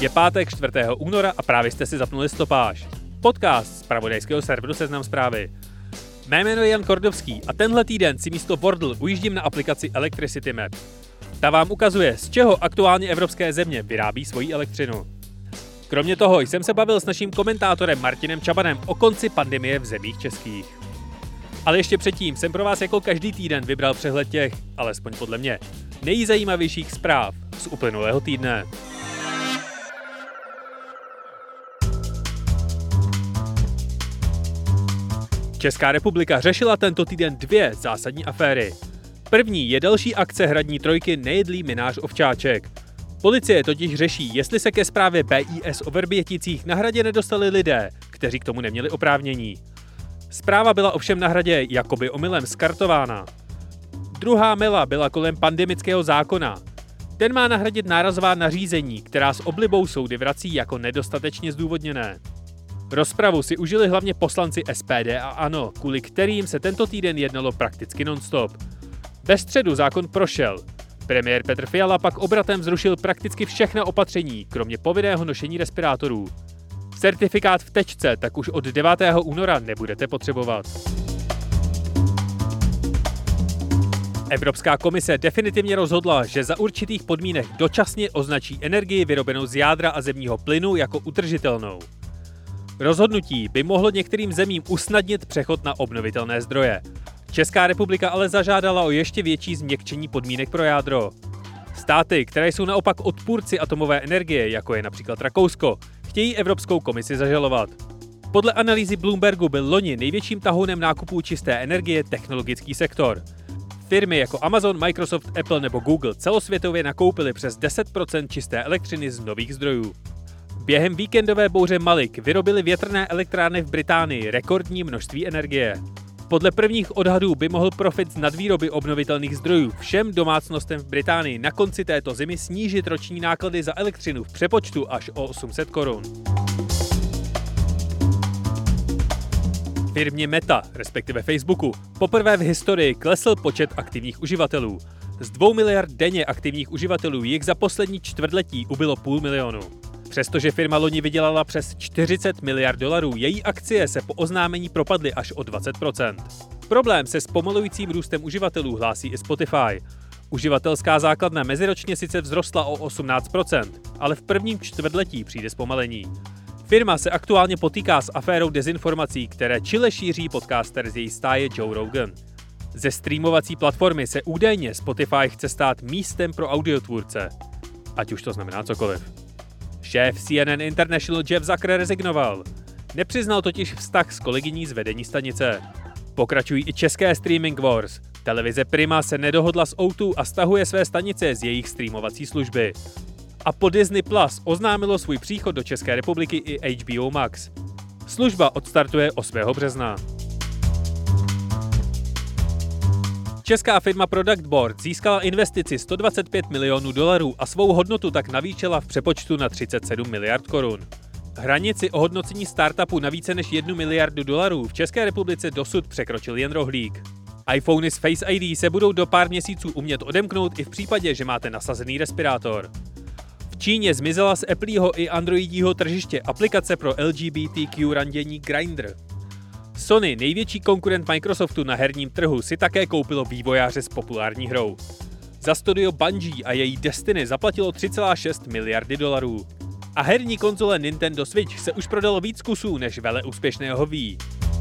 Je pátek 4. února a právě jste si zapnuli Stopáž. Podcast z zpravodajského serveru Seznam Zprávy. Mé jméno je Jan Kordovský a tenhle týden si místo Wordle ujíždím na aplikaci Electricity Map. Ta vám ukazuje, z čeho aktuálně evropské země vyrábí svoji elektřinu. Kromě toho jsem se bavil s naším komentátorem Martinem Čabanem o konci pandemie v zemích českých. Ale ještě předtím jsem pro vás jako každý týden vybral přehled těch, alespoň podle mě, nejzajímavějších zpráv z uplynulého týdne. Česká republika řešila tento týden dvě zásadní aféry. První je další akce hradní trojky Nejedlý minář Ovčáček. Policie totiž řeší, jestli se ke zprávě BIS o Vrběticích na hradě nedostali lidé, kteří k tomu neměli oprávnění. Zpráva byla ovšem na hradě jakoby omylem skartována. Druhá mela byla kolem pandemického zákona. Ten má nahradit nárazová nařízení, která s oblibou soudy vrací jako nedostatečně zdůvodněné. Rozpravu si užili hlavně poslanci SPD a ANO, kvůli kterým se tento týden jednalo prakticky non-stop. Ve středu zákon prošel. Premiér Petr Fiala pak obratem zrušil prakticky všechna opatření, kromě povinného nošení respirátorů. Certifikát v tečce tak už od 9. února nebudete potřebovat. Evropská komise definitivně rozhodla, že za určitých podmínek dočasně označí energii vyrobenou z jádra a zemního plynu jako utržitelnou. Rozhodnutí by mohlo některým zemím usnadnit přechod na obnovitelné zdroje. Česká republika ale zažádala o ještě větší změkčení podmínek pro jádro. Státy, které jsou naopak odpůrci atomové energie, jako je například Rakousko, chtějí Evropskou komisi zažalovat. Podle analýzy Bloombergu byl loni největším tahounem nákupů čisté energie technologický sektor. Firmy jako Amazon, Microsoft, Apple nebo Google celosvětově nakoupily přes 10% čisté elektřiny z nových zdrojů. Během víkendové bouře Malik vyrobily větrné elektrárny v Británii rekordní množství energie. Podle prvních odhadů by mohl profit z nadvýroby obnovitelných zdrojů všem domácnostem v Británii na konci této zimy snížit roční náklady za elektřinu v přepočtu až o 800 korun. Firmě Meta, respektive Facebooku, poprvé v historii klesl počet aktivních uživatelů. Z 2 miliard denně aktivních uživatelů jich za poslední čtvrtletí ubylo 500 000. Přestože firma loni vydělala přes 40 miliard dolarů, její akcie se po oznámení propadly až o 20%. Problém se zpomalujícím růstem uživatelů hlásí i Spotify. Uživatelská základna meziročně sice vzrostla o 18%, ale v prvním čtvrtletí přijde zpomalení. Firma se aktuálně potýká s aférou dezinformací, které čile šíří podcaster z její stáje Joe Rogan. Ze streamovací platformy se údajně Spotify chce stát místem pro audiotvůrce. Ať už to znamená cokoliv. Šéf CNN International Jeff Zucker rezignoval. Nepřiznal totiž vztah s kolegyní z vedení stanice. Pokračují i české streaming wars. Televize Prima se nedohodla s O2 a stahuje své stanice z jejich streamovací služby. A po Disney Plus oznámilo svůj příchod do České republiky i HBO Max. Služba odstartuje 8. března. Česká firma Product Board získala investici $125 milionů a svou hodnotu tak navýšila v přepočtu na 37 miliard korun. Hranici ohodnocení startupu na více než $1 miliardu v České republice dosud překročil jen rohlík. iPhony s Face ID se budou do pár měsíců umět odemknout i v případě, že máte nasazený respirátor. V Číně zmizela z Appleho i Androidího tržiště aplikace pro LGBTQ randění Grindr. Sony, největší konkurent Microsoftu na herním trhu, si také koupilo vývojáře s populární hrou. Za studio Bungie a její Destiny zaplatilo $3,6 miliardy. A herní konzole Nintendo Switch se už prodalo víc kusů než veleúspěšného Wii.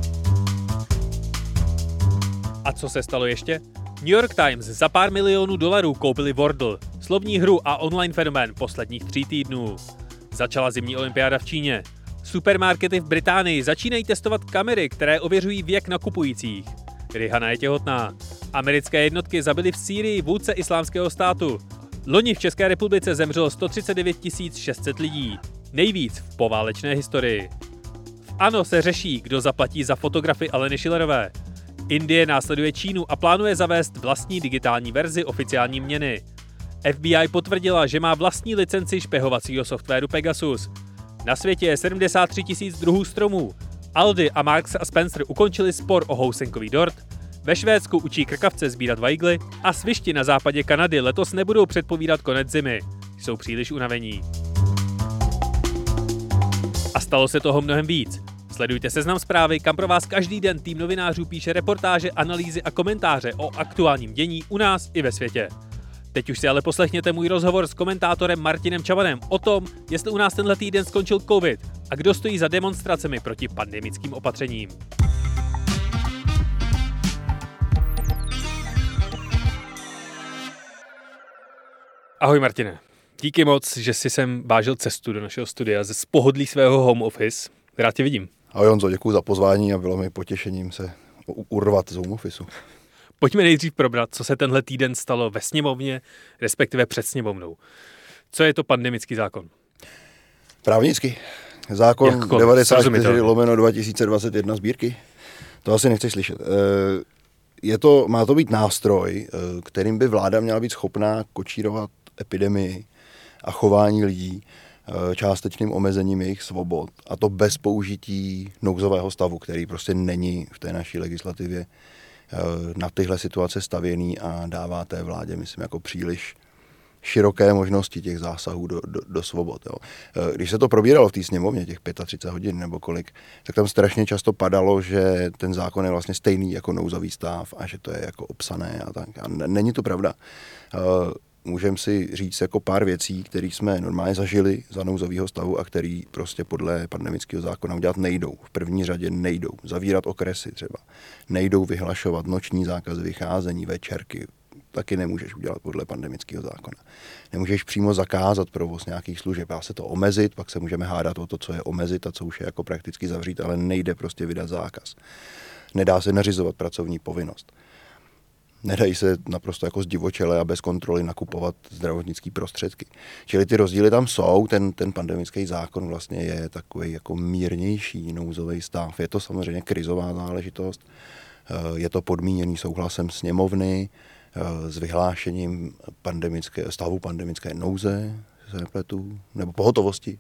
A co se stalo ještě? New York Times za pár milionů dolarů koupili Wordle, slovní hru a online fenomén posledních 3 týdnů. Začala zimní olympiáda v Číně. Supermarkety v Británii začínají testovat kamery, které ověřují věk nakupujících. Rihanna je těhotná. Americké jednotky zabily v Sýrii vůdce Islámského státu. Loni v České republice zemřelo 139 600 lidí. Nejvíc v poválečné historii. V ANO se řeší, kdo zaplatí za fotografy Aleny Schillerové. Indie následuje Čínu a plánuje zavést vlastní digitální verzi oficiální měny. FBI potvrdila, že má vlastní licenci špehovacího softwaru Pegasus. Na světě je 73 000 druhů stromů. Aldi a Marks & Spencer ukončili spor o housenkový dort, ve Švédsku učí krkavce sbírat vajgly a svišti na západě Kanady letos nebudou předpovídat konec zimy. Jsou příliš unavení. stalo se toho mnohem víc. Sledujte Seznam Zprávy, kam pro vás každý den tým novinářů píše reportáže, analýzy a komentáře o aktuálním dění u nás i ve světě. Teď už si ale poslechněte můj rozhovor s komentátorem Martinem Čavanem o tom, jestli u nás tenhle týden skončil covid a kdo stojí za demonstracemi proti pandemickým opatřením. Ahoj Martine, díky moc, že jsi sem vážil cestu do našeho studia z pohodlí svého home office. Rád tě vidím. Ahoj Honzo, děkuji za pozvání a bylo mi potěšením se urvat z home officeu. Pojďme nejdřív probrat, co se tenhle týden stalo ve sněmovně, respektive před sněmovnou. Co je to pandemický zákon? Právnický. Zákon 94/2021 sbírky. To asi nechceš slyšet. Má to být nástroj, kterým by vláda měla být schopná kočírovat epidemii a chování lidí částečným omezením jejich svobod. A to bez použití nouzového stavu, který prostě není v té naší legislativě na tyhle situace stavěný a dává té vládě, myslím, jako příliš široké možnosti těch zásahů do svobod. Jo. Když se to probíralo v té sněmovně, těch 35 hodin nebo kolik, tak tam strašně často padalo, že ten zákon je vlastně stejný jako nouzový stav a že to je jako obsané a tak. A není to pravda. Můžeme si říct jako pár věcí, které jsme normálně zažili za nouzového stavu a který prostě podle pandemického zákona udělat nejdou. V první řadě nejdou. Zavírat okresy třeba. Nejdou vyhlašovat noční zákazy vycházení, večerky. Taky nemůžeš udělat podle pandemického zákona. Nemůžeš přímo zakázat provoz nějakých služeb. Dá se to omezit, pak se můžeme hádat o to, co je omezit a co už je jako prakticky zavřít, ale nejde prostě vydat zákaz. Nedá se nařizovat pracovní povinnost. Nedají se naprosto jako zdivočele a bez kontroly nakupovat zdravotnické prostředky. Čili ty rozdíly tam jsou, ten pandemický zákon vlastně je takový jako mírnější nouzový stav. Je to samozřejmě krizová záležitost, je to podmíněný souhlasem sněmovny s vyhlášením stavu pandemické nouze, se nepletu, nebo pohotovosti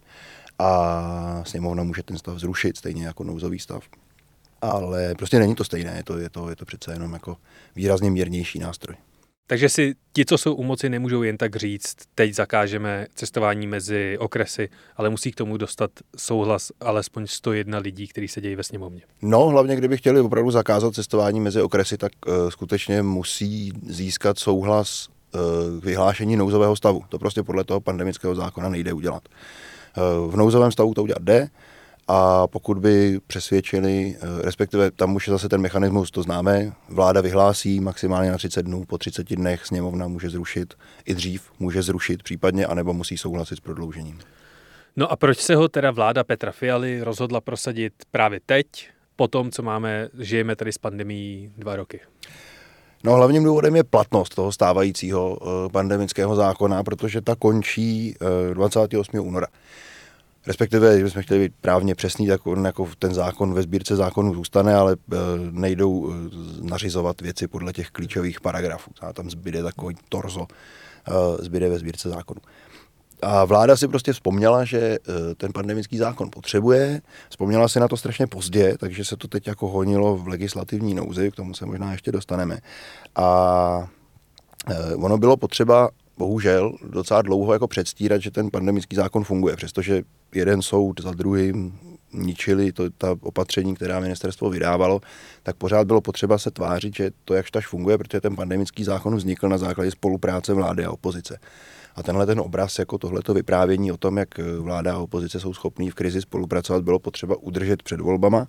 a sněmovna může ten stav zrušit, stejně jako nouzový stav. Ale prostě není to stejné, je to přece jenom jako výrazně mírnější nástroj. Takže si ti, co jsou u moci, nemůžou jen tak říct, teď zakážeme cestování mezi okresy, ale musí k tomu dostat souhlas alespoň 101 lidí, kteří sedějí ve sněmovně. No, hlavně kdyby chtěli opravdu zakázat cestování mezi okresy, tak skutečně musí získat souhlas k vyhlášení nouzového stavu. To prostě podle toho pandemického zákona nejde udělat. V nouzovém stavu to udělat jde, a pokud by přesvědčili, respektive tam už je zase ten mechanismus, to známe, vláda vyhlásí maximálně na 30 dnů, po 30 dnech sněmovna může zrušit, i dřív může zrušit případně, anebo musí souhlasit s prodloužením. No a proč se ho teda vláda Petra Fialy rozhodla prosadit právě teď, po tom, co žijeme tady s pandemií 2 roky? No hlavním důvodem je platnost toho stávajícího pandemického zákona, protože ta končí 28. února. Respektive, když jsme chtěli být právně přesný, tak on jako ten zákon ve sbírce zákonů zůstane, ale nejdou nařizovat věci podle těch klíčových paragrafů. A tam zbyde takový torzo, zbyde ve sbírce zákonů. A vláda si prostě vzpomněla, že ten pandemický zákon potřebuje, vzpomněla si na to strašně pozdě, takže se to teď jako honilo v legislativní nouzi, k tomu se možná ještě dostaneme. A ono bylo potřeba bohužel docela dlouho jako předstírat, že ten pandemický zákon funguje, přestože jeden soud za druhým ničili ta opatření, která ministerstvo vydávalo, tak pořád bylo potřeba se tvářit, že to jakž funguje, protože ten pandemický zákon vznikl na základě spolupráce vlády a opozice. A tenhle ten obraz, jako tohleto vyprávění o tom, jak vláda a opozice jsou schopní v krizi spolupracovat, bylo potřeba udržet před volbama.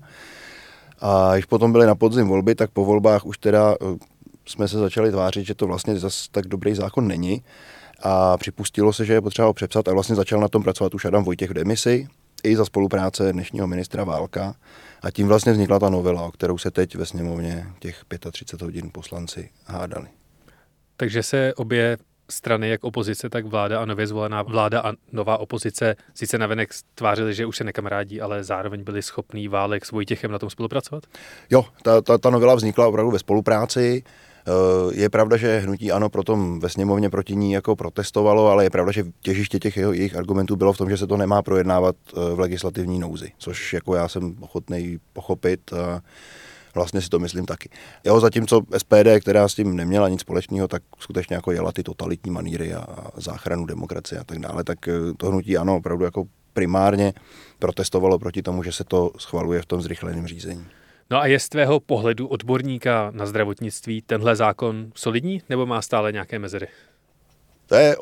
A když potom byly na podzim volby, tak po volbách už teda jsme se začali tvářit, že to vlastně zas tak dobrý zákon není a připustilo se, že je potřeba ho přepsat a vlastně začal na tom pracovat už Adam Vojtěch v demisi i za spolupráce dnešního ministra Válka a tím vlastně vznikla ta novela, o kterou se teď ve sněmovně těch 35 hodin poslanci hádali. Takže se obě strany, jak opozice, tak vláda a nově zvolená vláda a nová opozice sice navenek tvářili, že už se nekamarádí, ale zároveň byli schopní Válek s Vojtěchem na tom spolupracovat? Jo, ta novela vznikla opravdu ve spolupráci. Je pravda, že hnutí ANO potom ve sněmovně proti ní jako protestovalo, ale je pravda, že těžiště těch jejich argumentů bylo v tom, že se to nemá projednávat v legislativní nouzi, což jako já jsem ochotnej pochopit a vlastně si to myslím taky. Jo, zatímco SPD, která s tím neměla nic společného, tak skutečně jako jela ty totalitní maníry a záchranu demokracie a tak dále, tak to hnutí ANO opravdu jako primárně protestovalo proti tomu, že se to schvaluje v tom zrychleném řízení. No a je z tvého pohledu odborníka na zdravotnictví tenhle zákon solidní, nebo má stále nějaké mezery? To je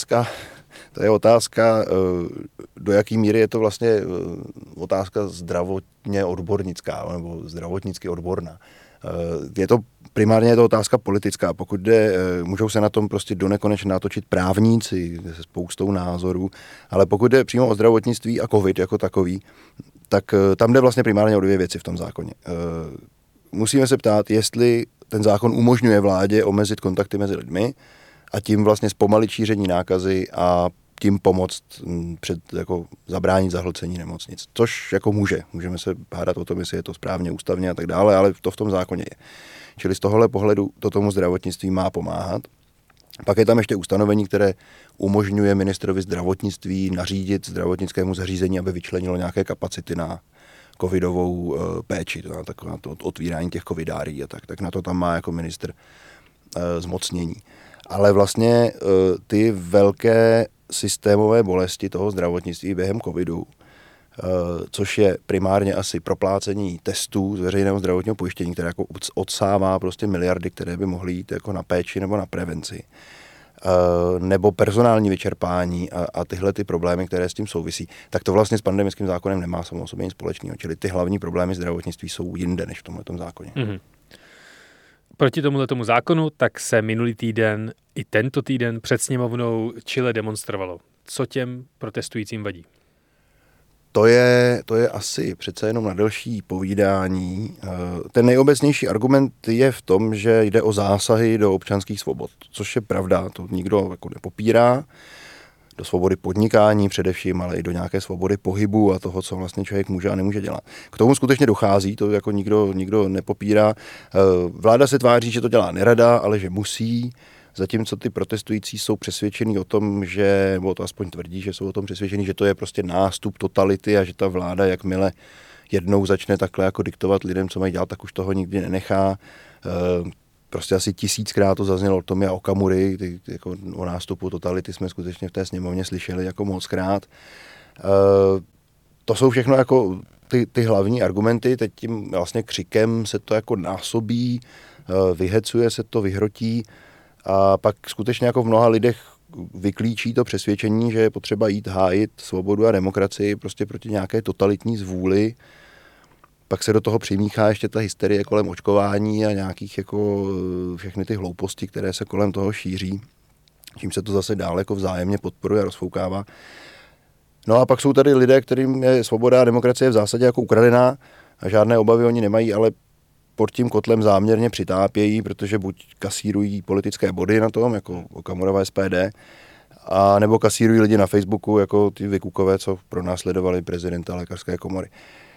otázka, do jaký míry je to vlastně otázka zdravotně odbornická nebo zdravotnicky odborná. Primárně je to otázka politická. Pokud můžou se na tom prostě donekonečna natočit právníci se spoustou názorů, ale pokud jde přímo o zdravotnictví a covid jako takový, tak tam jde vlastně primárně o dvě věci v tom zákoně. Musíme se ptát, jestli ten zákon umožňuje vládě omezit kontakty mezi lidmi a tím vlastně zpomalit šíření nákazy a tím pomoct jako zabránit zahlcení nemocnic. Což jako můžeme se hádat o tom, jestli je to správně, ústavně a tak dále, ale to v tom zákoně je. Čili z tohohle pohledu to tomu zdravotnictví má pomáhat. Pak je tam ještě ustanovení, které umožňuje ministrovi zdravotnictví nařídit zdravotnickému zařízení, aby vyčlenilo nějaké kapacity na covidovou péči, na to otvírání těch covidárií a tak na to tam má jako ministr zmocnění. Ale vlastně ty velké systémové bolesti toho zdravotnictví během covidu, což je primárně asi proplácení testů z veřejného zdravotního pojištění, které jako odsává prostě miliardy, které by mohly jít jako na péči nebo na prevenci, nebo personální vyčerpání a tyhle ty problémy, které s tím souvisí, tak to vlastně s pandemickým zákonem nemá samo o sobě nic společného. Čili ty hlavní problémy zdravotnictví jsou jinde než v tomhletom zákoně. Mm-hmm. Proti tomuhletomu zákonu tak se minulý týden i tento týden před sněmovnou Chile demonstrovalo. Co těm protestujícím vadí? To je asi přece jenom na delší povídání. Ten nejobecnější argument je v tom, že jde o zásahy do občanských svobod, což je pravda, to nikdo jako nepopírá. Do svobody podnikání především, ale i do nějaké svobody pohybu a toho, co vlastně člověk může a nemůže dělat. K tomu skutečně dochází, to jako nikdo nepopírá. Vláda se tváří, že to dělá nerada, ale že musí, zatímco ty protestující jsou přesvědčení o tom, že, nebo to aspoň tvrdí, že jsou o tom přesvědčení, že to je prostě nástup totality a že ta vláda, jakmile jednou začne takhle jako diktovat lidem, co mají dělat, tak už toho nikdy nenechá. Prostě asi 1000krát to zaznělo od Tomia Okamury, jako o nástupu totality jsme skutečně v té sněmovně slyšeli jako mockrát. To jsou všechno jako ty hlavní argumenty, teď tím vlastně křikem se to jako násobí, vyhecuje se to, vyhrotí a pak skutečně jako v mnoha lidech vyklíčí to přesvědčení, že je potřeba jít hájit svobodu a demokracii prostě proti nějaké totalitní zvůli. Pak se do toho přimíchá ještě ta hysterie kolem očkování a nějakých jako všechny ty hlouposti, které se kolem toho šíří. Čím se to zase dále jako vzájemně podporuje a rozfoukává. No a pak jsou tady lidé, kterým je svoboda a demokracie v zásadě jako ukradená a žádné obavy oni nemají, ale pod tím kotlem záměrně přitápějí, protože buď kasírují politické body na tom, jako Okamurova SPD, a nebo kasírují lidi na Facebooku, jako ty vykukové, co pronásledovali prezidenta lékařské komory.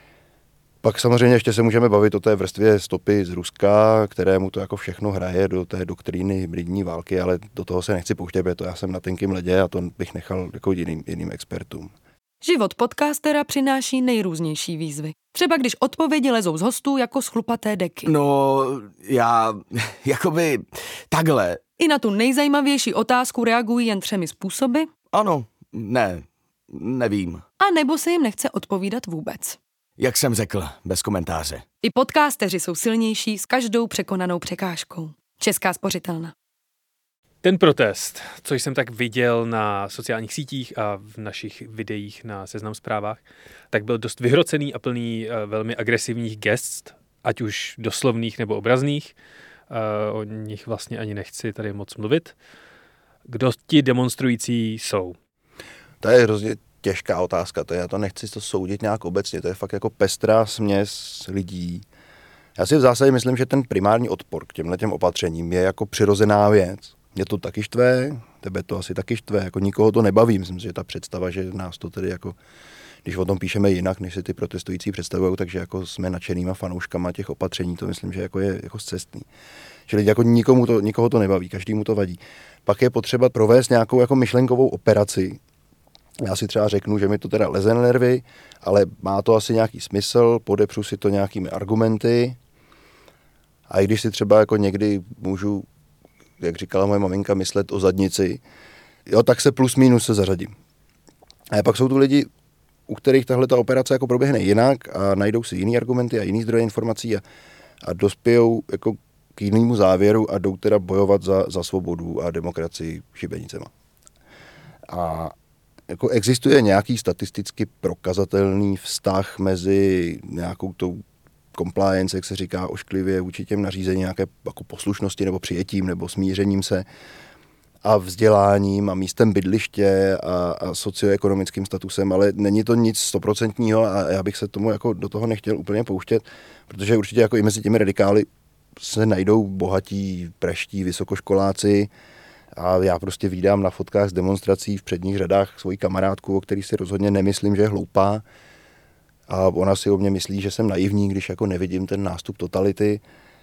Pak samozřejmě ještě se můžeme bavit o té vrstvě stopy z Ruska, kterému to jako všechno hraje do té doktríny hybridní války, ale do toho se nechci pouštět, protože to já jsem na tenkým ledě a to bych nechal jako jiným expertům. Život podcastera přináší nejrůznější výzvy. Třeba když odpovědi lezou z hostů jako z chlupaté deky. No, já jakoby takhle. I na tu nejzajímavější otázku reagují jen 3 způsoby. Ano, ne, nevím. A nebo se jim nechce odpovídat vůbec. Jak jsem řekl, bez komentáře. I podcasteři jsou silnější s každou překonanou překážkou. Česká spořitelna. Ten protest, co jsem tak viděl na sociálních sítích a v našich videích na Seznam Zprávách, tak byl dost vyhrocený a plný velmi agresivních gest, ať už doslovných nebo obrazných. O nich vlastně ani nechci tady moc mluvit. Kdo ti demonstrující jsou? To je hrozně těžká otázka, já to nechci to soudit nějak obecně, to je fakt jako pestrá směs lidí. Já si v zásadě myslím, že ten primární odpor k těmhletěm opatřením je jako přirozená věc. Mě to taky štve, tebe to asi taky štve, jako nikoho to nebaví, myslím si, že ta představa, že nás to tedy jako, když o tom píšeme jinak, než si ty protestující představují, takže jako jsme nadšenýma fanouškama těch opatření, to myslím, že jako je jako scestný. Čili jako nikoho to nebaví, každému to vadí. Pak je potřeba provést nějakou jako myšlenkovou operaci. Já si třeba řeknu, že mi to teda leze na nervy, ale má to asi nějaký smysl, podepřu si to nějakými argumenty a i když si třeba jako někdy můžu, jak říkala moje maminka, myslet o zadnici, jo, tak se plus minus se zařadím. A pak jsou tu lidi u kterých tahle ta operace jako proběhne jinak a najdou si jiný argumenty a jiný zdroje informací a dospějou jako k jinému závěru a jdou teda bojovat za svobodu a demokracii šibenicema. A jako existuje nějaký statisticky prokazatelný vztah mezi nějakou tou compliance, jak se říká ošklivě, vůči těm nařízení, nějaké jako poslušnosti nebo přijetím nebo smířením se a vzděláním a místem bydliště a socioekonomickým statusem, ale není to nic 100% a já bych se tomu jako do toho nechtěl úplně pouštět, protože určitě jako i mezi těmi radikály se najdou bohatí, praští vysokoškoláci a já prostě vídám na fotkách z demonstrací v předních řadách svoji kamarádku, o který si rozhodně nemyslím, že je hloupá a ona si o mě myslí, že jsem naivní, když jako nevidím ten nástup totality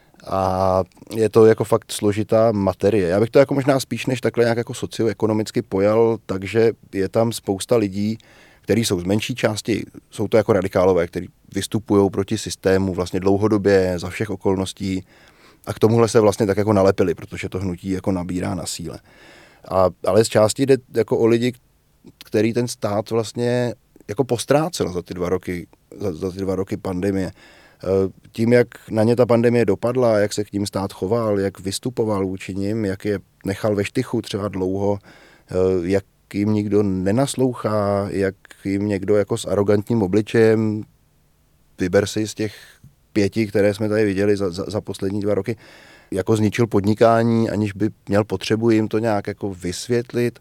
a je to jako fakt složitá materie. Já bych to jako možná spíš než takhle nějak jako socioekonomicky pojal, takže je tam spousta lidí, kteří jsou z menší části, jsou to jako radikálové, kteří vystupují proti systému vlastně dlouhodobě, za všech okolností a k tomuhle se vlastně tak jako nalepili, protože to hnutí jako nabírá na síle. Ale z části jde jako o lidi, který ten stát vlastně jako postrácel za ty 2 roky, za ty 2 roky pandemie. Tím, jak na ně ta pandemie dopadla, jak se k ním stát choval, jak vystupoval vůči nim, jak je nechal ve štychu třeba dlouho, jak jim nikdo nenaslouchá, jak jim někdo jako s arrogantním obličejem, vyber si z těch 5, které jsme tady viděli za poslední 2 roky, jako zničil podnikání, aniž by měl potřebu jim to nějak jako vysvětlit.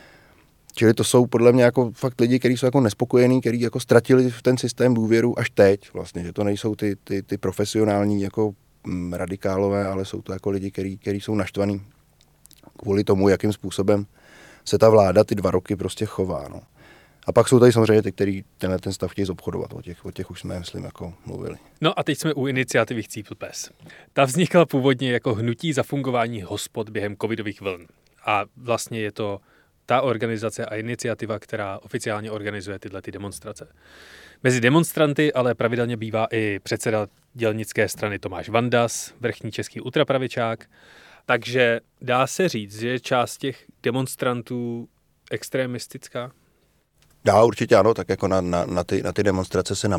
Čili to jsou podle mě jako fakt lidi, kteří jsou jako nespokojení, kteří jako ztratili v ten systém důvěru až teď vlastně, že to nejsou ty profesionální jako radikálové, ale jsou to jako lidi, kteří jsou naštvaní kvůli tomu, jakým způsobem se ta vláda ty 2 roky prostě chová. No. A pak jsou tady samozřejmě ty, kteří ten stav chtějí zobchodovat. O těch už jsme, myslím, jako mluvili. No a teď jsme u iniciativy Chcípl pes. Ta vznikla původně jako hnutí za fungování hospod během covidových vln. A vlastně je to ta organizace a iniciativa, která oficiálně organizuje tyhle demonstrace. Mezi demonstranty ale pravidelně bývá i předseda dělnické strany Tomáš Vandas, vrchní český ultrapravičák. Takže dá se říct, že je část těch demonstrantů extremistická? Dá, určitě ano, tak jako na ty demonstrace se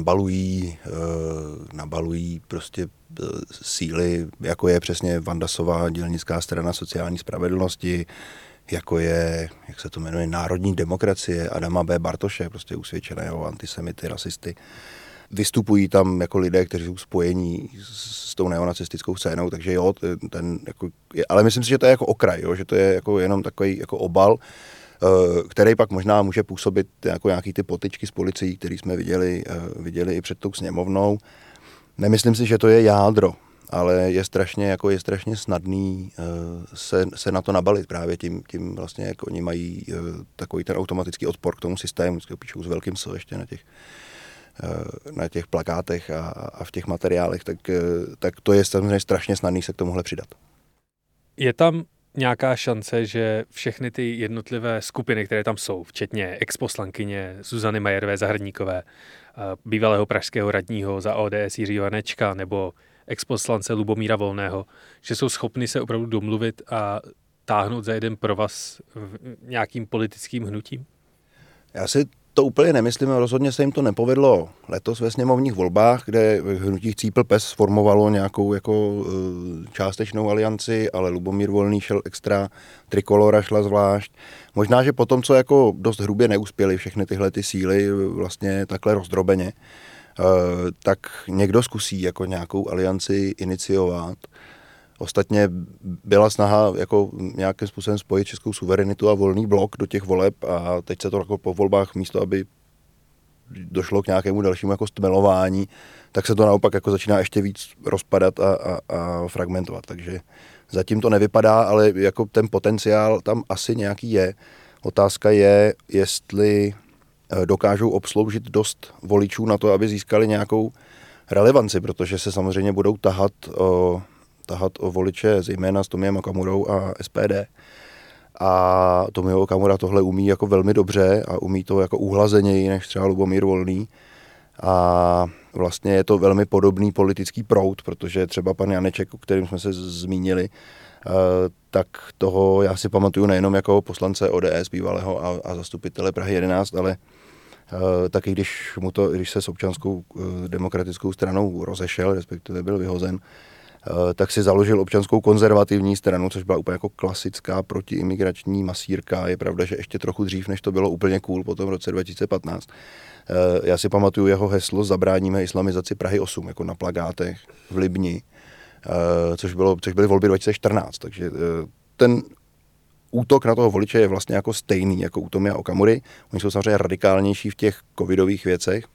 nabalují prostě síly, jako je přesně Vandasová dělnická strana sociální spravedlnosti, jako je, jak se to jmenuje, Národní demokracie Adama B. Bartoše, prostě usvědčeného antisemity, rasisty. Vystupují tam jako lidé, kteří jsou spojení s tou neonacistickou scénou, takže jo, ale myslím si, že to je jako okraj, jo, že to je jako jenom takový jako obal, který pak možná může působit jako nějaký ty potyčky s policií, který jsme viděli i před tou sněmovnou. Nemyslím si, že to je jádro, ale je strašně snadný se na to nabalit právě tím vlastně, jak oni mají takový ten automatický odpor k tomu systému, který píšou s velkým S ještě na těch plakátech a v těch materiálech, tak to je samozřejmě strašně snadný se k tomuhle přidat. Je tam nějaká šance, že všechny ty jednotlivé skupiny, které tam jsou, včetně exposlankyně Zuzany Majerové Zahradníkové, bývalého pražského radního za ODS Jiřího Janečka nebo exposlance Lubomíra Volného, že jsou schopni se opravdu domluvit a táhnout za jeden provaz nějakým politickým hnutím? Já si to úplně nemyslím, rozhodně se jim to nepovedlo letos ve sněmovních volbách, kde hnutí Chcípl pes formovalo nějakou jako částečnou alianci, ale Lubomír Volný šel extra, Trikolora šla zvlášť. Možná, že potom, co jako dost hrubě neuspěly všechny tyhle ty síly vlastně takhle rozdrobeně, tak někdo zkusí jako nějakou alianci iniciovat. Ostatně byla snaha jako nějakým způsobem spojit českou suverenitu a Volný blok do těch voleb a teď se to jako po volbách místo, aby došlo k nějakému dalšímu jako stmelování, tak se to naopak jako začíná ještě víc rozpadat a fragmentovat. Takže zatím to nevypadá, ale jako ten potenciál tam asi nějaký je. Otázka je, jestli dokážou obsloužit dost voličů na to, aby získali nějakou relevanci, protože se samozřejmě budou tahat o voliče zejména s Tomiem Okamurou a SPD. A Tomio Okamura tohle umí jako velmi dobře a umí to jako uhlazeněji než třeba Lubomír Volný. A vlastně je to velmi podobný politický proud, protože třeba pan Janeček, o kterém jsme se zmínili, tak toho já si pamatuju nejenom jako poslance ODS bývalého a zastupitele Prahy 11, ale taky když se s Občanskou demokratickou stranou rozešel, respektive byl vyhozen, tak si založil Občanskou konzervativní stranu, což byla úplně jako klasická protiimigrační masírka. Je pravda, že ještě trochu dřív, než to bylo úplně cool, potom v roce 2015. Já si pamatuju jeho heslo Zabráníme islamizaci Prahy 8, jako na plakátech v Libni, což byly volby 2014. Takže ten útok na toho voliče je vlastně jako stejný jako u Tomia Okamury. Oni jsou samozřejmě radikálnější v těch covidových věcech,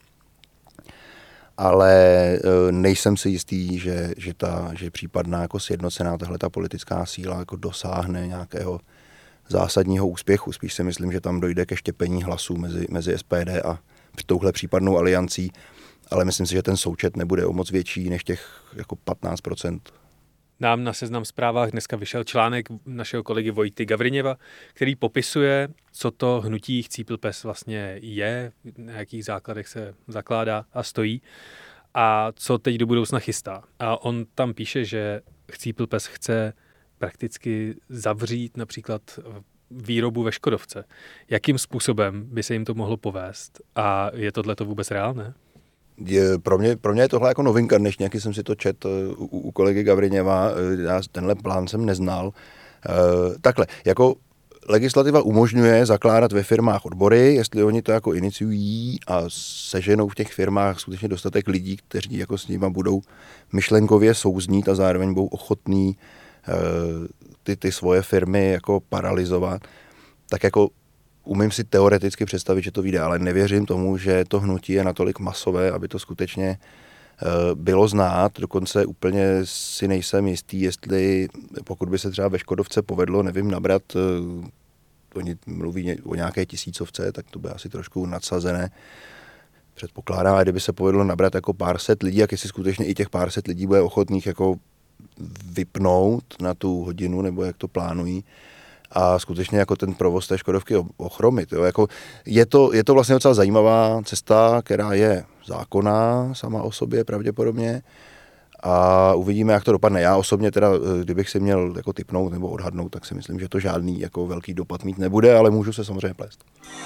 ale nejsem si jistý, že případná jako sjednocená tahleta politická síla jako dosáhne nějakého zásadního úspěchu. Spíš si myslím, že tam dojde ke štěpení hlasů mezi SPD a touhle případnou aliancí, ale myslím si, že ten součet nebude o moc větší než těch jako 15%. Nám na Seznam Zprávách dneska vyšel článek našeho kolegy Vojty Gavriněva, který popisuje, co to hnutí Chcípl pes vlastně je, na jakých základech se zakládá a stojí a co teď do budoucna chystá. A on tam píše, že Chcípl pes chce prakticky zavřít například výrobu ve Škodovce. Jakým způsobem by se jim to mohlo povést? A je tohleto vůbec reálné? Pro mě je tohle jako novinka, než nějaký jsem si to čet u kolegy Gavriněva, já tenhle plán jsem neznal. Takhle, jako legislativa umožňuje zakládat ve firmách odbory, jestli oni to jako iniciují a seženou v těch firmách skutečně dostatek lidí, kteří jako s nima budou myšlenkově souznít a zároveň budou ochotní ty svoje firmy jako paralyzovat, tak jako umím si teoreticky představit, že to vyjde, ale nevěřím tomu, že to hnutí je natolik masové, aby to skutečně bylo znát. Dokonce úplně si nejsem jistý, jestli pokud by se třeba ve Škodovce povedlo, nevím, nabrat, oni mluví o nějaké 1000, tak to by asi trošku nadsazené. Předpokládám, a kdyby se povedlo nabrat jako pár set lidí, jak jestli skutečně i těch pár set lidí bude ochotných jako vypnout na tu hodinu, nebo jak to plánují, a skutečně jako ten provoz té Škodovky ochromit. Jo. Jako je to vlastně docela zajímavá cesta, která je zákonná sama o sobě pravděpodobně a uvidíme, jak to dopadne. Já osobně teda, kdybych si měl jako tipnout nebo odhadnout, tak si myslím, že to žádný jako velký dopad mít nebude, ale můžu se samozřejmě plést.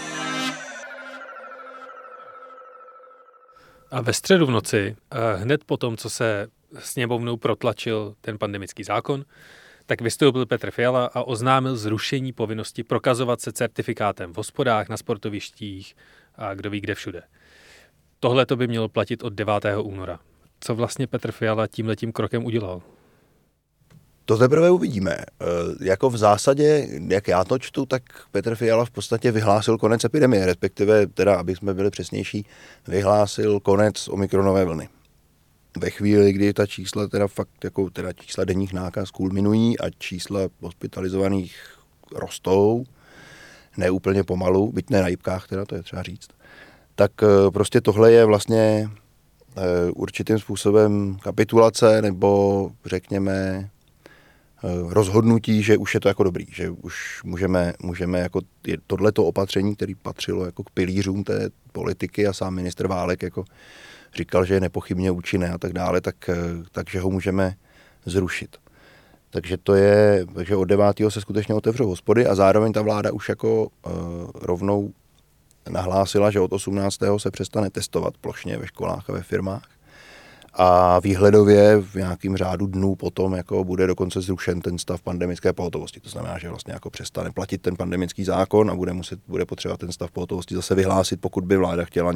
A ve středu v noci, hned po tom, co se sněmovnou protlačil ten pandemický zákon, tak vystoupil Petr Fiala a oznámil zrušení povinnosti prokazovat se certifikátem v hospodách, na sportovištích a kdo ví kde všude. Tohle to by mělo platit od 9. února. Co vlastně Petr Fiala tímhletím krokem udělal? To teprve uvidíme. Jako v zásadě, jak já to čtu, tak Petr Fiala v podstatě vyhlásil konec epidemie, respektive teda, aby jsme byli přesnější, vyhlásil konec omikronové vlny. Ve chvíli, kdy ta čísla teda fakt jako teda čísla denních nákaz kulminují a čísla hospitalizovaných rostou, ne úplně pomalu, byť ne na jipkách teda, to je třeba říct, tak prostě tohle je vlastně určitým způsobem kapitulace nebo řekněme rozhodnutí, že už je to jako dobrý, že už můžeme jako tohleto opatření, které patřilo jako k pilířům té politiky a sám ministr Válek jako říkal, že je nepochybně účinné a tak dále, takže ho můžeme zrušit. Takže od 9. se skutečně otevřou hospody a zároveň ta vláda už jako rovnou nahlásila, že od 18. se přestane testovat plošně ve školách a ve firmách. A výhledově v nějakým řádu dnů potom jako bude dokonce zrušen ten stav pandemické pohotovosti. To znamená, že vlastně jako přestane platit ten pandemický zákon a bude potřeba ten stav pohotovosti zase vyhlásit, pokud by vláda chtěla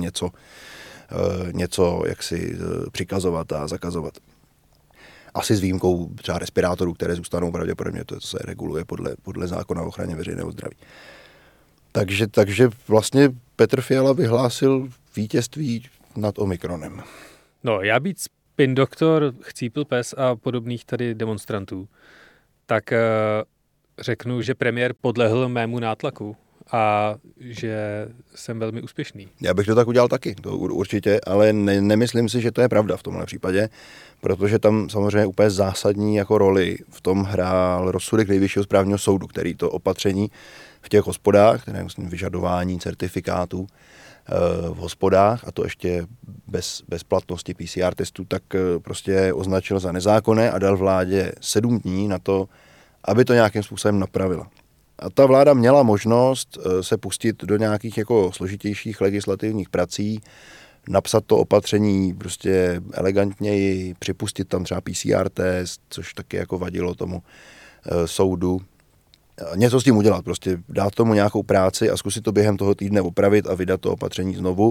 něco jaksi přikazovat a zakazovat. Asi s výjimkou třeba respirátorů, které zůstanou pravděpodobně, to se reguluje podle zákona o ochraně veřejného zdraví. Takže vlastně Petr Fiala vyhlásil vítězství nad Omikronem. No, já být spin doktor, Chcípl pes a podobných tady demonstrantů, tak řeknu, že premiér podlehl mému nátlaku a že jsem velmi úspěšný. Já bych to tak udělal taky, to určitě, ale nemyslím si, že to je pravda v tomhle případě, protože tam samozřejmě úplně zásadní jako roli v tom hrál rozsudek Nejvyššího správního soudu, který to opatření v těch hospodách, které myslím vyžadování certifikátů v hospodách, a to ještě bez platnosti PCR testů, tak prostě označil za nezákonné a dal vládě 7 dní na to, aby to nějakým způsobem napravila. A ta vláda měla možnost se pustit do nějakých jako složitějších legislativních prací, napsat to opatření prostě elegantněji, připustit tam třeba PCR test, což taky jako vadilo tomu soudu. Něco s tím udělat, prostě dát tomu nějakou práci a zkusit to během toho týdne opravit a vydat to opatření znovu.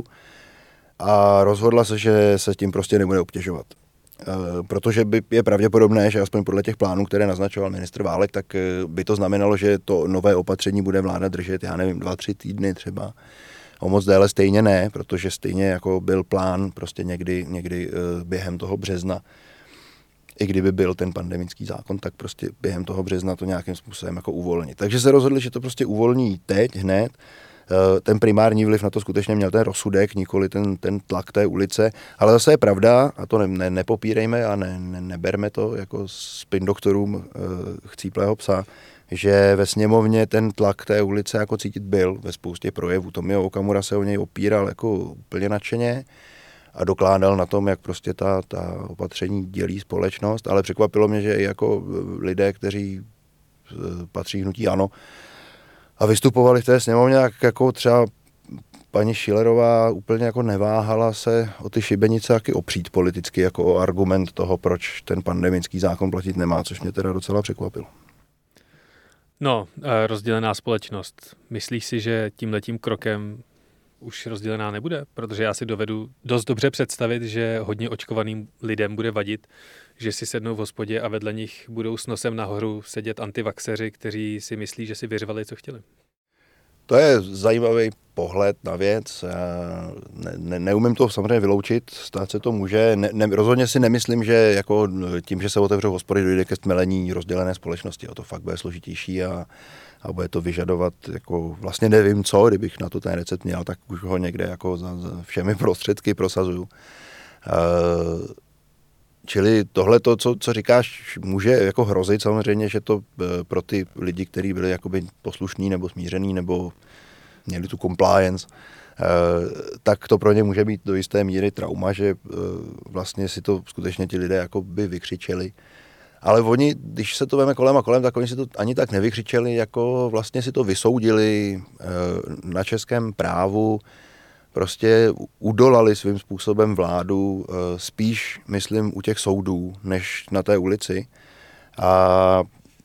A rozhodla se, že se tím prostě nebude obtěžovat. Protože je pravděpodobné, že aspoň podle těch plánů, které naznačoval ministr Válek, tak by to znamenalo, že to nové opatření bude vláda držet, 2-3 týdny třeba. O moc déle stejně ne, protože stejně jako byl plán prostě někdy během toho března. I kdyby byl ten pandemický zákon, tak prostě během toho března to nějakým způsobem jako uvolnit. Takže se rozhodli, že to prostě uvolní teď, hned. Ten primární vliv na to skutečně měl ten rozsudek, nikoli ten tlak té ulice. Ale zase je pravda, a to nepopírejme a neberme to jako spin doktorům chcíplého psa, že ve sněmovně ten tlak té ulice jako cítit byl ve spoustě projevů. Tomio Okamura se o něj opíral jako úplně nadšeně a dokládal na tom, jak prostě ta opatření dělí společnost, ale překvapilo mě, že i jako lidé, kteří patří hnutí ANO a vystupovali v té sněmovně, jako třeba paní Schillerová úplně jako neváhala se o ty šibenice taky opřít politicky jako o argument toho, proč ten pandemický zákon platit nemá, což mě teda docela překvapilo. No, rozdělená společnost. Myslíš si, že tímhletím krokem už rozdělená nebude? Protože já si dovedu dost dobře představit, že hodně očkovaným lidem bude vadit, že si sednou v hospodě a vedle nich budou s nosem nahoru sedět antivaxeři, kteří si myslí, že si vyřvali, co chtěli. To je zajímavý pohled na věc. Neumím to samozřejmě vyloučit, stát se to může. Rozhodně si nemyslím, že jako tím, že se otevřou hospody, dojde ke stmelení rozdělené společnosti. To fakt bude složitější a bude to vyžadovat, jako vlastně nevím co, kdybych na to ten recept měl, tak už ho někde jako za všemi prostředky prosazuju. Čili tohle, co říkáš, může jako hrozit samozřejmě, že to pro ty lidi, kteří byli jakoby poslušní nebo smíření nebo měli tu compliance, tak to pro ně může být do jisté míry trauma, že vlastně si to skutečně ti lidé jakoby vykřičeli. Ale oni, když se to veme kolem a kolem, tak oni si to ani tak nevykřičeli, jako vlastně si to vysoudili na českém právu, prostě udolali svým způsobem vládu, spíš, myslím, u těch soudů, než na té ulici. A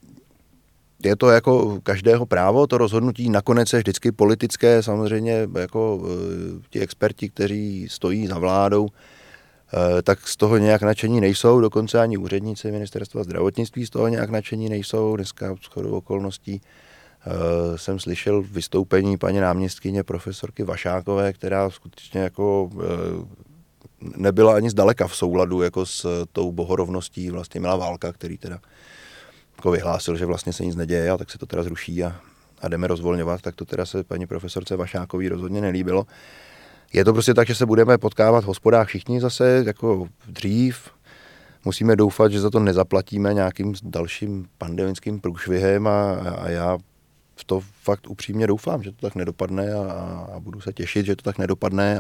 je to jako každého právo, to rozhodnutí nakonec je vždycky politické, samozřejmě jako ti experti, kteří stojí za vládou, tak z toho nějak nadšení nejsou, dokonce ani úředníci ministerstva zdravotnictví z toho nějak nadšení nejsou. Dneska shodou okolností jsem slyšel vystoupení paní náměstkyně profesorky Vašákové, která skutečně jako nebyla ani zdaleka v souladu jako s tou bohorovností vlastně Mila Válka, který teda jako vyhlásil, že vlastně se nic neděje a tak se to teda zruší a jdeme rozvolňovat, tak to teda se paní profesorce Vašákový rozhodně nelíbilo. Je to prostě tak, že se budeme potkávat v hospodách všichni zase jako dřív. Musíme doufat, že za to nezaplatíme nějakým dalším pandemickým průšvihem a já v to fakt upřímně doufám, že to tak nedopadne a budu se těšit, že to tak nedopadne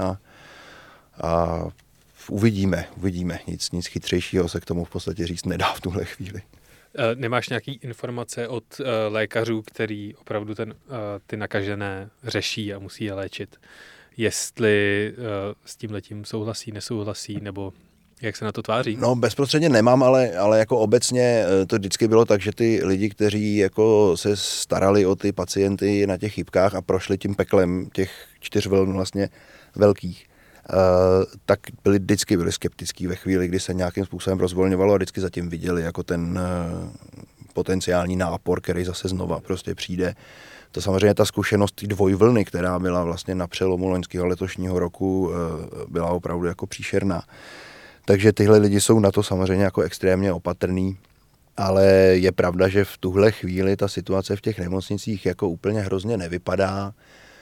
a uvidíme. Nic chytřejšího se k tomu v podstatě říct nedá v tuhle chvíli. Nemáš nějaký informace od lékařů, který opravdu ty nakažené řeší a musí je léčit? Jestli s tímhletím souhlasí, nesouhlasí, nebo jak se na to tváří? No bezprostředně nemám, ale jako obecně to vždycky bylo tak, že ty lidi, kteří jako se starali o ty pacienty na těch chybkách a prošli tím peklem těch 4 vln vlastně velkých, tak vždycky byli skeptický ve chvíli, kdy se nějakým způsobem rozvolňovalo a vždycky zatím viděli jako ten potenciální nápor, který zase znova prostě přijde. To samozřejmě ta zkušenost té dvojvlny, která byla vlastně na přelomu loňského letošního roku, byla opravdu jako příšerná. Takže tyhle lidi jsou na to samozřejmě jako extrémně opatrný, ale je pravda, že v tuhle chvíli ta situace v těch nemocnicích jako úplně hrozně nevypadá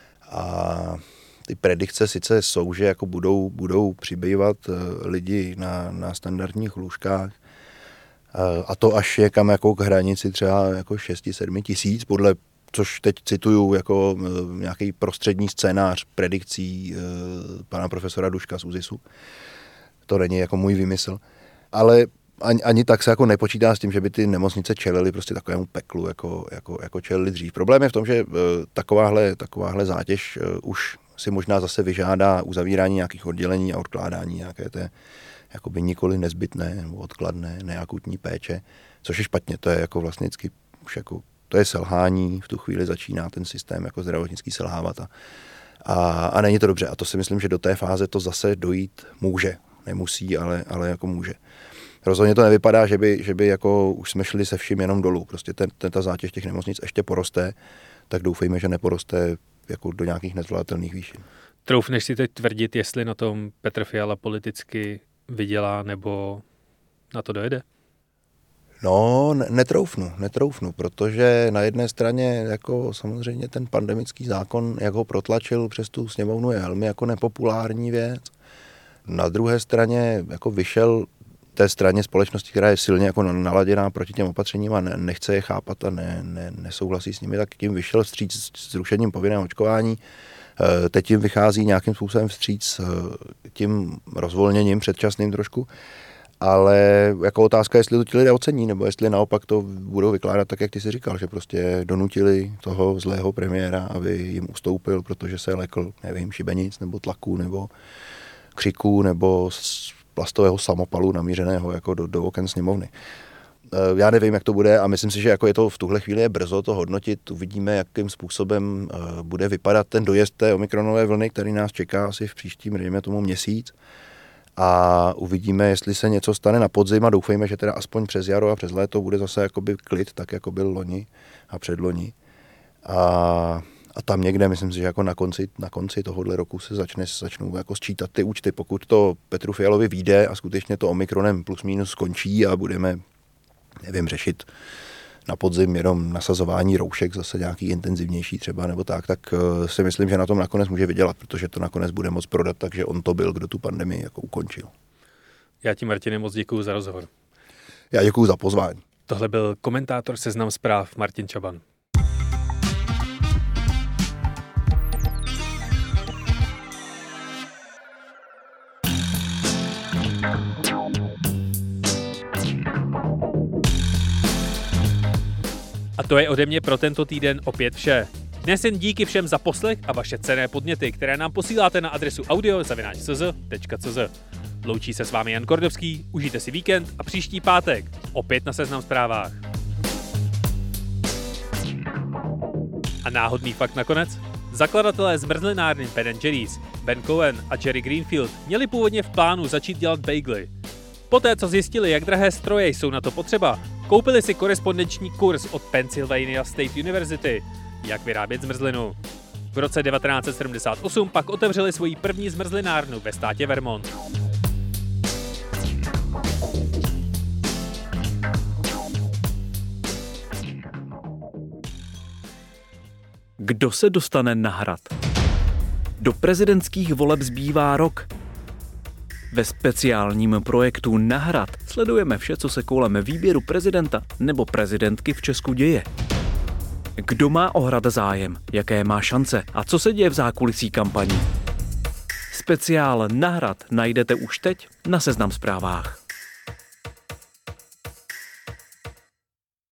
a ty predikce sice jsou, že jako budou přibývat lidi na standardních lůžkách a to až je kam jako k hranici třeba jako 6-7 tisíc, což teď cituju jako nějaký prostřední scénář predikcí pana profesora Duška z ÚZISu. To není jako můj výmysl. Ale Ani tak se jako nepočítá s tím, že by ty nemocnice čelily prostě takovému peklu, jako čelily dřív. Problém je v tom, že takováhle zátěž už si možná zase vyžádá uzavírání nějakých oddělení a odkládání nějaké té jakoby nikoli nezbytné nebo odkladné, neakutní péče, což je špatně. To je jako vlastně vždycky už jako, to je selhání, v tu chvíli začíná ten systém jako zdravotnický selhávat a není to dobře. A to si myslím, že do té fáze to zase dojít může. Nemusí, ale jako může. Rozhodně to nevypadá, že by jako už jsme šli se vším jenom dolů. Prostě ta zátěž těch nemocnic ještě poroste, tak doufejme, že neporoste jako do nějakých nezvládatelných výšin. Troufneš si teď tvrdit, jestli na tom Petr Fiala politicky vydělá nebo na to dojede? No, netroufnu, protože na jedné straně jako samozřejmě ten pandemický zákon, jak ho protlačil přes tu sněmovnu, je velmi jako nepopulární věc. Na druhé straně jako vyšel té straně společnosti, která je silně jako naladěná proti těm opatřením a nechce je chápat a nesouhlasí s nimi, tak tím vyšel vstříc s zrušením povinného očkování. Teď tím vychází nějakým způsobem vstříc tím rozvolněním předčasným trošku, ale jako otázka, jestli to ti lidé ocení, nebo jestli naopak to budou vykládat tak, jak ty jsi říkal, že prostě donutili toho zlého premiéra, aby jim ustoupil, protože se lekl, nevím, šibenic, nebo tlaku, nebo křiků, nebo plastového samopalu namířeného jako do oken sněmovny. Já nevím, jak to bude a myslím si, že jako je to v tuhle chvíli je brzo to hodnotit. Uvidíme, jakým způsobem bude vypadat ten dojezd té omikronové vlny, který nás čeká asi v příštím, dejme tomu, měsíc. A uvidíme, jestli se něco stane na podzim a doufejme, že teda aspoň přes jaro a přes léto bude zase jakoby klid, tak jako byl loni a předloni. A tam někde, myslím si, že jako na konci tohohle roku se začnou jako sčítat ty účty, pokud to Petru Fialovi vyjde a skutečně to omikronem plus minus skončí a budeme, nevím, řešit na podzim jenom nasazování roušek, zase nějaký intenzivnější třeba nebo tak si myslím, že na tom nakonec může vydělat, protože to nakonec bude moc prodat, takže on to byl, kdo tu pandemii jako ukončil. Já ti, Martine, moc děkuju za rozhovor. Já děkuju za pozvání. Tohle byl komentátor Seznam zpráv Martin Čaban. A to je ode mě pro tento týden opět vše. Dnes jen díky všem za poslech a vaše cenné podněty, které nám posíláte na adresu audio@cz.cz. Loučí se s vámi Jan Kordovský, užijte si víkend a příští pátek opět na Seznam zprávách. A náhodný fakt nakonec? Zakladatelé zmrzlinárny Ben & Jerry's, Ben Cohen a Jerry Greenfield měli původně v plánu začít dělat bagely. Poté, co zjistili, jak drahé stroje jsou na to potřeba, koupili si korespondenční kurz od Pennsylvania State University, jak vyrábět zmrzlinu. V roce 1978 pak otevřeli svoji první zmrzlinárnu ve státě Vermont. Kdo se dostane na Hrad? Do prezidentských voleb zbývá rok. Ve speciálním projektu Na Hrad sledujeme vše, co se kolem výběru prezidenta nebo prezidentky v Česku děje. Kdo má o Hrad zájem, jaké má šance a co se děje v zákulisí kampaní. Speciál Na Hrad najdete už teď na Seznam zprávách.